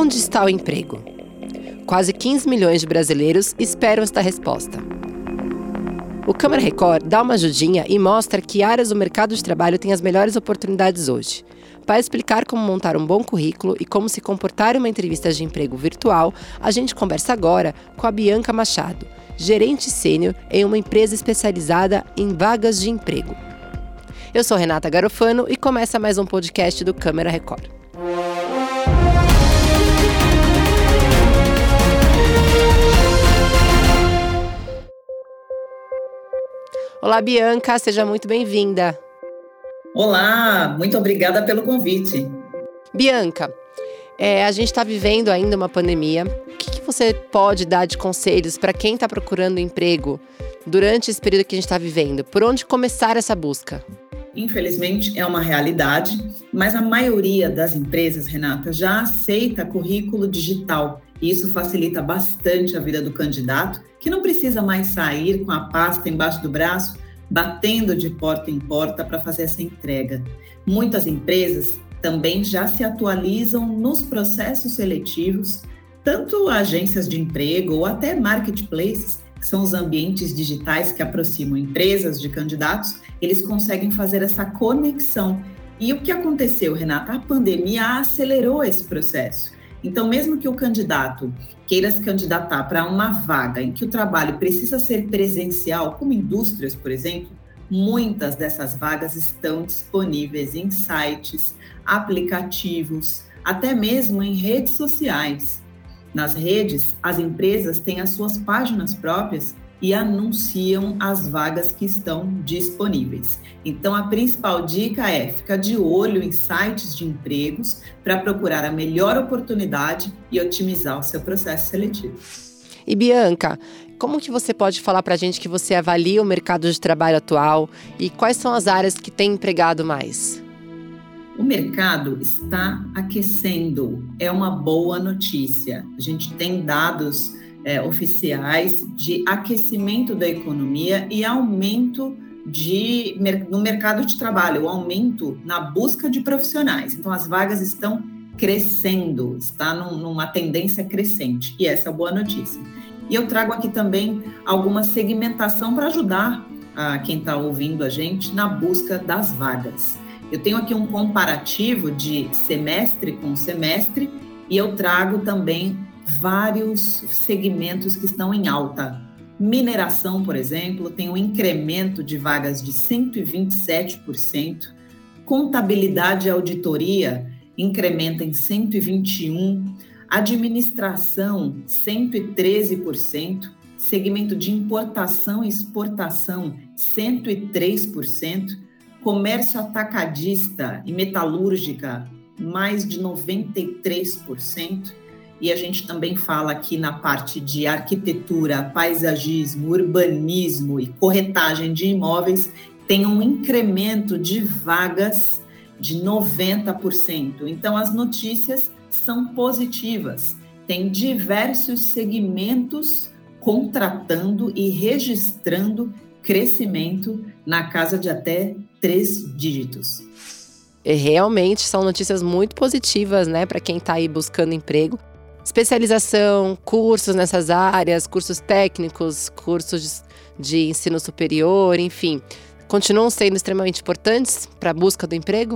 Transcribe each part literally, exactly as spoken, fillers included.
Onde está o emprego? Quase quinze milhões de brasileiros esperam esta resposta. O Câmara Record dá uma ajudinha e mostra que áreas do mercado de trabalho têm as melhores oportunidades hoje. Para explicar como montar um bom currículo e como se comportar em uma entrevista de emprego virtual, a gente conversa agora com a Bianca Machado, gerente sênior em uma empresa especializada em vagas de emprego. Eu sou Renata Garofano e começa mais um podcast do Câmara Record. Olá, Bianca, seja muito bem-vinda. Olá, muito obrigada pelo convite. Bianca, é, a gente está vivendo ainda uma pandemia. O que, que você pode dar de conselhos para quem está procurando emprego durante esse período que a gente está vivendo? Por onde começar essa busca? Infelizmente, é uma realidade, mas a maioria das empresas, Renata, já aceita currículo digital. E isso facilita bastante a vida do candidato, que não precisa mais sair com a pasta embaixo do braço, batendo de porta em porta para fazer essa entrega. Muitas empresas também já se atualizam nos processos seletivos, tanto agências de emprego ou até marketplaces, que são os ambientes digitais que aproximam empresas de candidatos, eles conseguem fazer essa conexão. E o que aconteceu, Renata? A pandemia acelerou esse processo. Então, mesmo que o candidato queira se candidatar para uma vaga em que o trabalho precisa ser presencial, como indústrias, por exemplo, muitas dessas vagas estão disponíveis em sites, aplicativos, até mesmo em redes sociais. Nas redes, as empresas têm as suas páginas próprias e anunciam as vagas que estão disponíveis. Então, a principal dica é ficar de olho em sites de empregos para procurar a melhor oportunidade e otimizar o seu processo seletivo. E Bianca, como que você pode falar para a gente que você avalia o mercado de trabalho atual e quais são as áreas que têm empregado mais? O mercado está aquecendo, é uma boa notícia. A gente tem dados É, oficiais de aquecimento da economia e aumento de, no mercado de trabalho, o aumento na busca de profissionais. Então, as vagas estão crescendo, está num, numa tendência crescente, e essa é a boa notícia. E eu trago aqui também alguma segmentação para ajudar a quem está ouvindo a gente na busca das vagas. Eu tenho aqui um comparativo de semestre com semestre e eu trago também vários segmentos que estão em alta. Mineração, por exemplo, tem um incremento de vagas de cento e vinte e sete por cento. Contabilidade e auditoria incrementa em cento e vinte e um por cento. Administração, cento e treze por cento. Segmento de importação e exportação, cento e três por cento. Comércio atacadista e metalúrgica, mais de noventa e três por cento. E a gente também fala aqui na parte de arquitetura, paisagismo, urbanismo e corretagem de imóveis, tem um incremento de vagas de noventa por cento. Então, as notícias são positivas. Tem diversos segmentos contratando e registrando crescimento na casa de até três dígitos. E realmente são notícias muito positivas, né, para quem está aí buscando emprego. Especialização, cursos nessas áreas, cursos técnicos, cursos de ensino superior, enfim, continuam sendo extremamente importantes para a busca do emprego?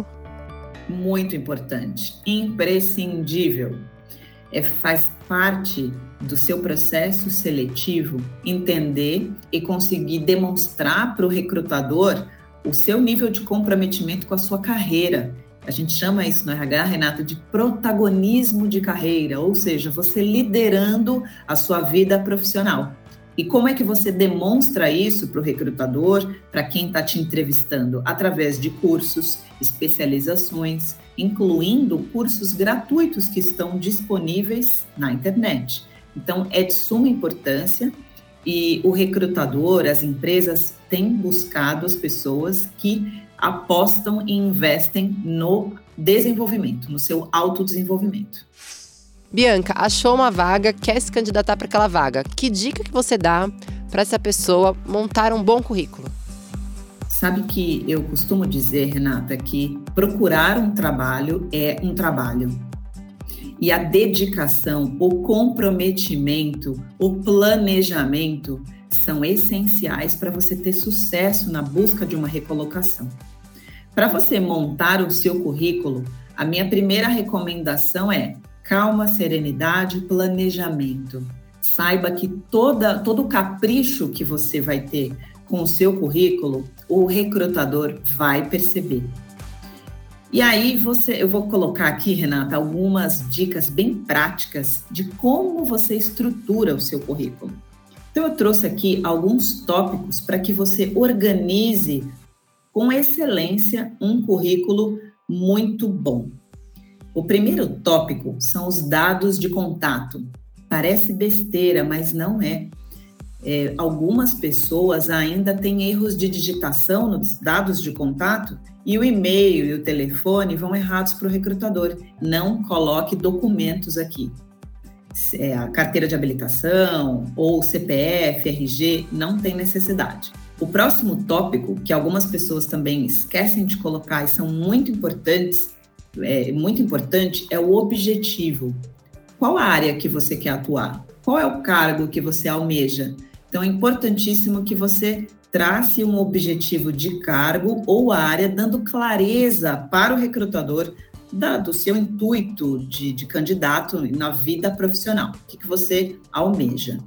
Muito importante, imprescindível. É, faz parte do seu processo seletivo entender e conseguir demonstrar para o recrutador o seu nível de comprometimento com a sua carreira. A gente chama isso no R H, Renata, de protagonismo de carreira, ou seja, você liderando a sua vida profissional. E como é que você demonstra isso para o recrutador, para quem está te entrevistando? Através de cursos, especializações, incluindo cursos gratuitos que estão disponíveis na internet. Então, é de suma importância e o recrutador, as empresas têm buscado as pessoas que apostam e investem no desenvolvimento, no seu autodesenvolvimento. Bianca, achou uma vaga, quer se candidatar para aquela vaga. Que dica que você dá para essa pessoa montar um bom currículo? Sabe que eu costumo dizer, Renata, que procurar um trabalho é um trabalho. E a dedicação, o comprometimento, o planejamento são essenciais para você ter sucesso na busca de uma recolocação. Para você montar o seu currículo, a minha primeira recomendação é calma, serenidade e planejamento. Saiba que toda, todo o capricho que você vai ter com o seu currículo, o recrutador vai perceber. E aí você, eu vou colocar aqui, Renata, algumas dicas bem práticas de como você estrutura o seu currículo. Então eu trouxe aqui alguns tópicos para que você organize com excelência um currículo muito bom. O primeiro tópico são os dados de contato. Parece besteira, mas não é. É, algumas pessoas ainda têm erros de digitação nos dados de contato e o e-mail e o telefone vão errados para o recrutador. Não coloque documentos aqui. É, a carteira de habilitação ou C P F, R G, não tem necessidade. O próximo tópico, que algumas pessoas também esquecem de colocar e são muito importantes, é, muito importante, é o objetivo. Qual a área que você quer atuar? Qual é o cargo que você almeja? Então, é importantíssimo que você trace um objetivo de cargo ou área, dando clareza para o recrutador da, do seu intuito de, de candidato na vida profissional. O que, que você almeja?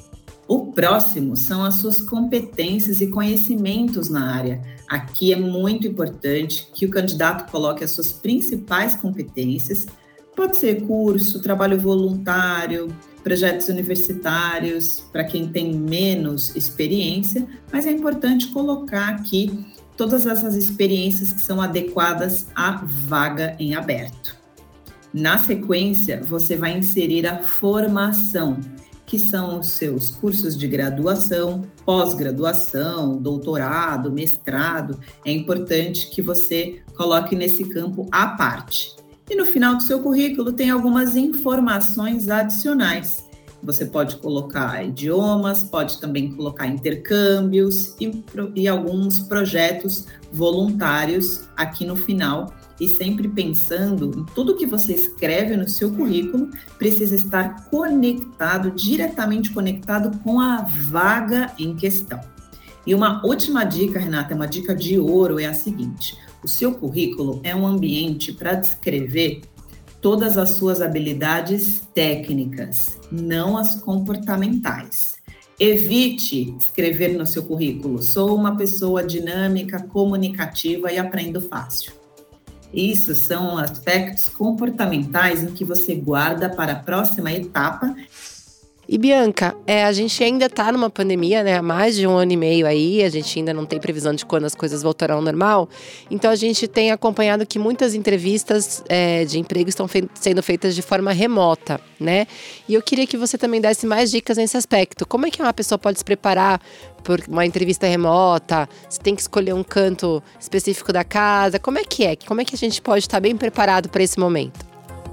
O próximo são as suas competências e conhecimentos na área. Aqui é muito importante que o candidato coloque as suas principais competências. Pode ser curso, trabalho voluntário, projetos universitários, para quem tem menos experiência, mas é importante colocar aqui todas essas experiências que são adequadas à vaga em aberto. Na sequência, você vai inserir a formação, que são os seus cursos de graduação, pós-graduação, doutorado, mestrado. É importante que você coloque nesse campo à parte. E no final do seu currículo tem algumas informações adicionais. Você pode colocar idiomas, pode também colocar intercâmbios e, e alguns projetos voluntários aqui no final. E sempre pensando em tudo que você escreve no seu currículo, precisa estar conectado, diretamente conectado com a vaga em questão. E uma última dica, Renata, uma dica de ouro, é a seguinte: o seu currículo é um ambiente para descrever todas as suas habilidades técnicas, não as comportamentais. Evite escrever no seu currículo: sou uma pessoa dinâmica, comunicativa e aprendo fácil. Isso são aspectos comportamentais em que você guarda para a próxima etapa. E Bianca, é, a gente ainda está numa pandemia, né, há mais de um ano e meio aí, a gente ainda não tem previsão de quando as coisas voltarão ao normal, então a gente tem acompanhado que muitas entrevistas é, de emprego estão fe- sendo feitas de forma remota, né, e eu queria que você também desse mais dicas nesse aspecto. Como é que uma pessoa pode se preparar por uma entrevista remota? Se tem que escolher um canto específico da casa, como é que é? Como é que a gente pode estar bem preparado para esse momento?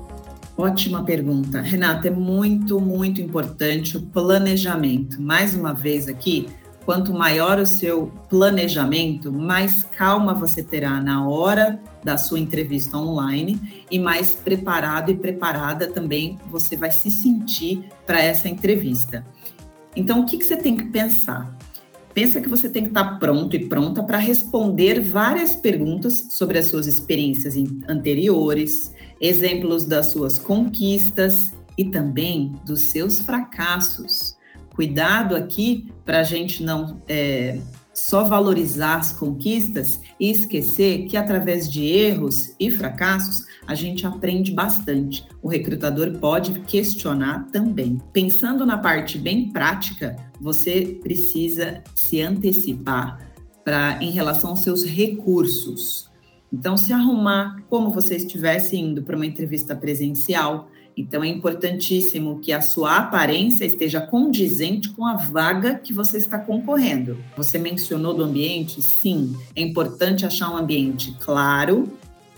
Ótima pergunta. Renata, é muito, muito importante o planejamento. Mais uma vez aqui, quanto maior o seu planejamento, mais calma você terá na hora da sua entrevista online e mais preparado e preparada também você vai se sentir para essa entrevista. Então, o que, que você tem que pensar? Pensa que você tem que estar pronto e pronta para responder várias perguntas sobre as suas experiências anteriores, exemplos das suas conquistas e também dos seus fracassos. Cuidado aqui para a gente não é, só valorizar as conquistas e esquecer que através de erros e fracassos a gente aprende bastante. O recrutador pode questionar também. Pensando na parte bem prática, você precisa se antecipar pra, em relação aos seus recursos. Então, se arrumar como você estivesse indo para uma entrevista presencial. Então, é importantíssimo que a sua aparência esteja condizente com a vaga que você está concorrendo. Você mencionou do ambiente? Sim, é importante achar um ambiente claro,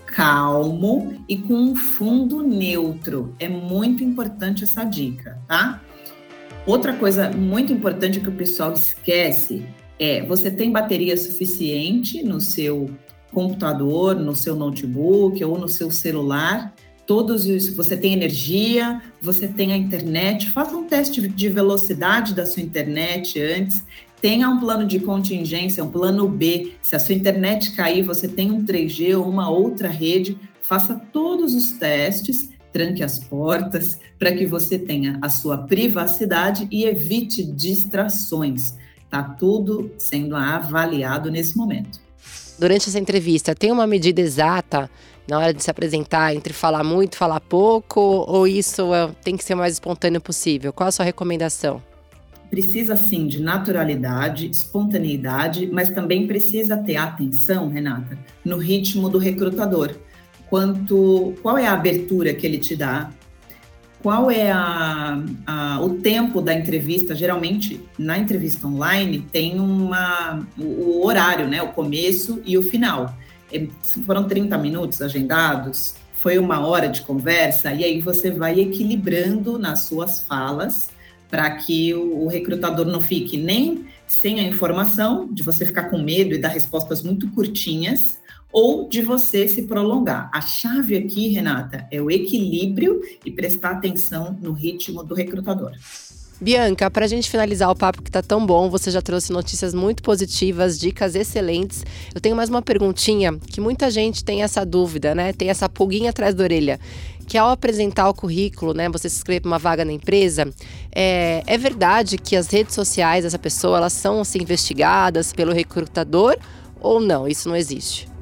calmo e com um fundo neutro. É muito importante essa dica, tá? Outra coisa muito importante que o pessoal esquece é: você tem bateria suficiente no seu computador, no seu notebook ou no seu celular? todos os, você tem energia, você tem a internet, faça um teste de velocidade da sua internet antes, tenha um plano de contingência, um plano B, se a sua internet cair, você tem um três G ou uma outra rede, faça todos os testes, tranque as portas, para que você tenha a sua privacidade e evite distrações. Está tudo sendo avaliado nesse momento. Durante essa entrevista, tem uma medida exata na hora de se apresentar entre falar muito, falar pouco, ou isso é, tem que ser o mais espontâneo possível? Qual a sua recomendação? Precisa sim de naturalidade, espontaneidade, mas também precisa ter atenção, Renata, no ritmo do recrutador. Quanto, qual é a abertura que ele te dá? Qual é a, a, o tempo da entrevista? Geralmente, na entrevista online, tem uma, o, o horário, né? O começo e o final. Se foram trinta minutos agendados, foi uma hora de conversa, e aí você vai equilibrando nas suas falas para que o, o recrutador não fique nem sem a informação, de você ficar com medo e dar respostas muito curtinhas, ou de você se prolongar. A chave aqui, Renata, é o equilíbrio e prestar atenção no ritmo do recrutador. Bianca, para a gente finalizar o papo que está tão bom, você já trouxe notícias muito positivas, dicas excelentes. Eu tenho mais uma perguntinha, que muita gente tem essa dúvida, né? Tem essa pulguinha atrás da orelha, que ao apresentar o currículo, né, você se inscreve para uma vaga na empresa, é, é verdade que as redes sociais dessa pessoa, elas são assim, investigadas pelo recrutador ou não? Isso não existe?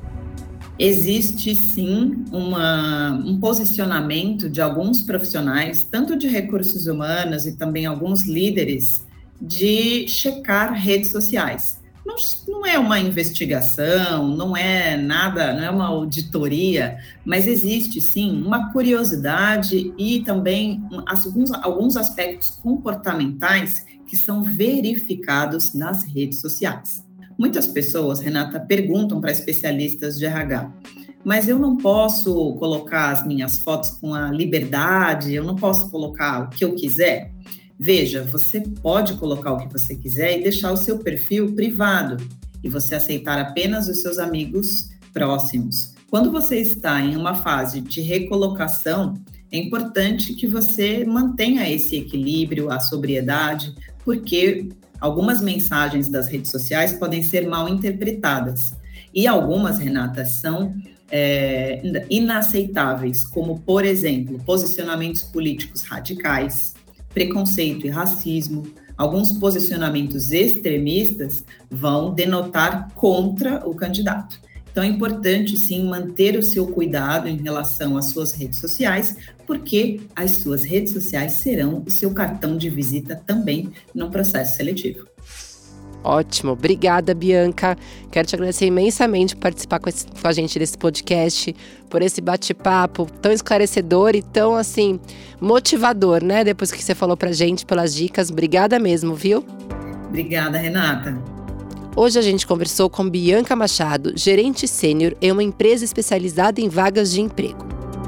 Existe, sim, uma, um posicionamento de alguns profissionais, tanto de recursos humanos e também alguns líderes, de checar redes sociais. Não, não é uma investigação, não é nada, não é uma auditoria, mas existe, sim, uma curiosidade e também alguns, alguns aspectos comportamentais que são verificados nas redes sociais. Muitas pessoas, Renata, perguntam para especialistas de R H, mas eu não posso colocar as minhas fotos com a liberdade, eu não posso colocar o que eu quiser? Veja, você pode colocar o que você quiser e deixar o seu perfil privado e você aceitar apenas os seus amigos próximos. Quando você está em uma fase de recolocação, é importante que você mantenha esse equilíbrio, a sobriedade, porque algumas mensagens das redes sociais podem ser mal interpretadas. E algumas, Renata, são é, inaceitáveis, como, por exemplo, posicionamentos políticos radicais, preconceito e racismo. Alguns posicionamentos extremistas vão denotar contra o candidato. Então, é importante, sim, manter o seu cuidado em relação às suas redes sociais, porque as suas redes sociais serão o seu cartão de visita também no processo seletivo. Ótimo, obrigada, Bianca. Quero te agradecer imensamente por participar com, esse, com a gente desse podcast, por esse bate-papo tão esclarecedor e tão, assim, motivador, né? Depois que você falou pra gente, pelas dicas. Obrigada mesmo, viu? Obrigada, Renata. Hoje a gente conversou com Bianca Machado, gerente sênior em uma empresa especializada em vagas de emprego.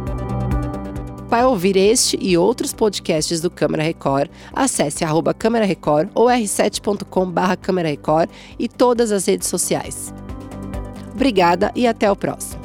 Para ouvir este e outros podcasts do Câmara Record, acesse arroba Câmara Record ou r sete ponto com barra Câmara Record e todas as redes sociais. Obrigada e até o próximo.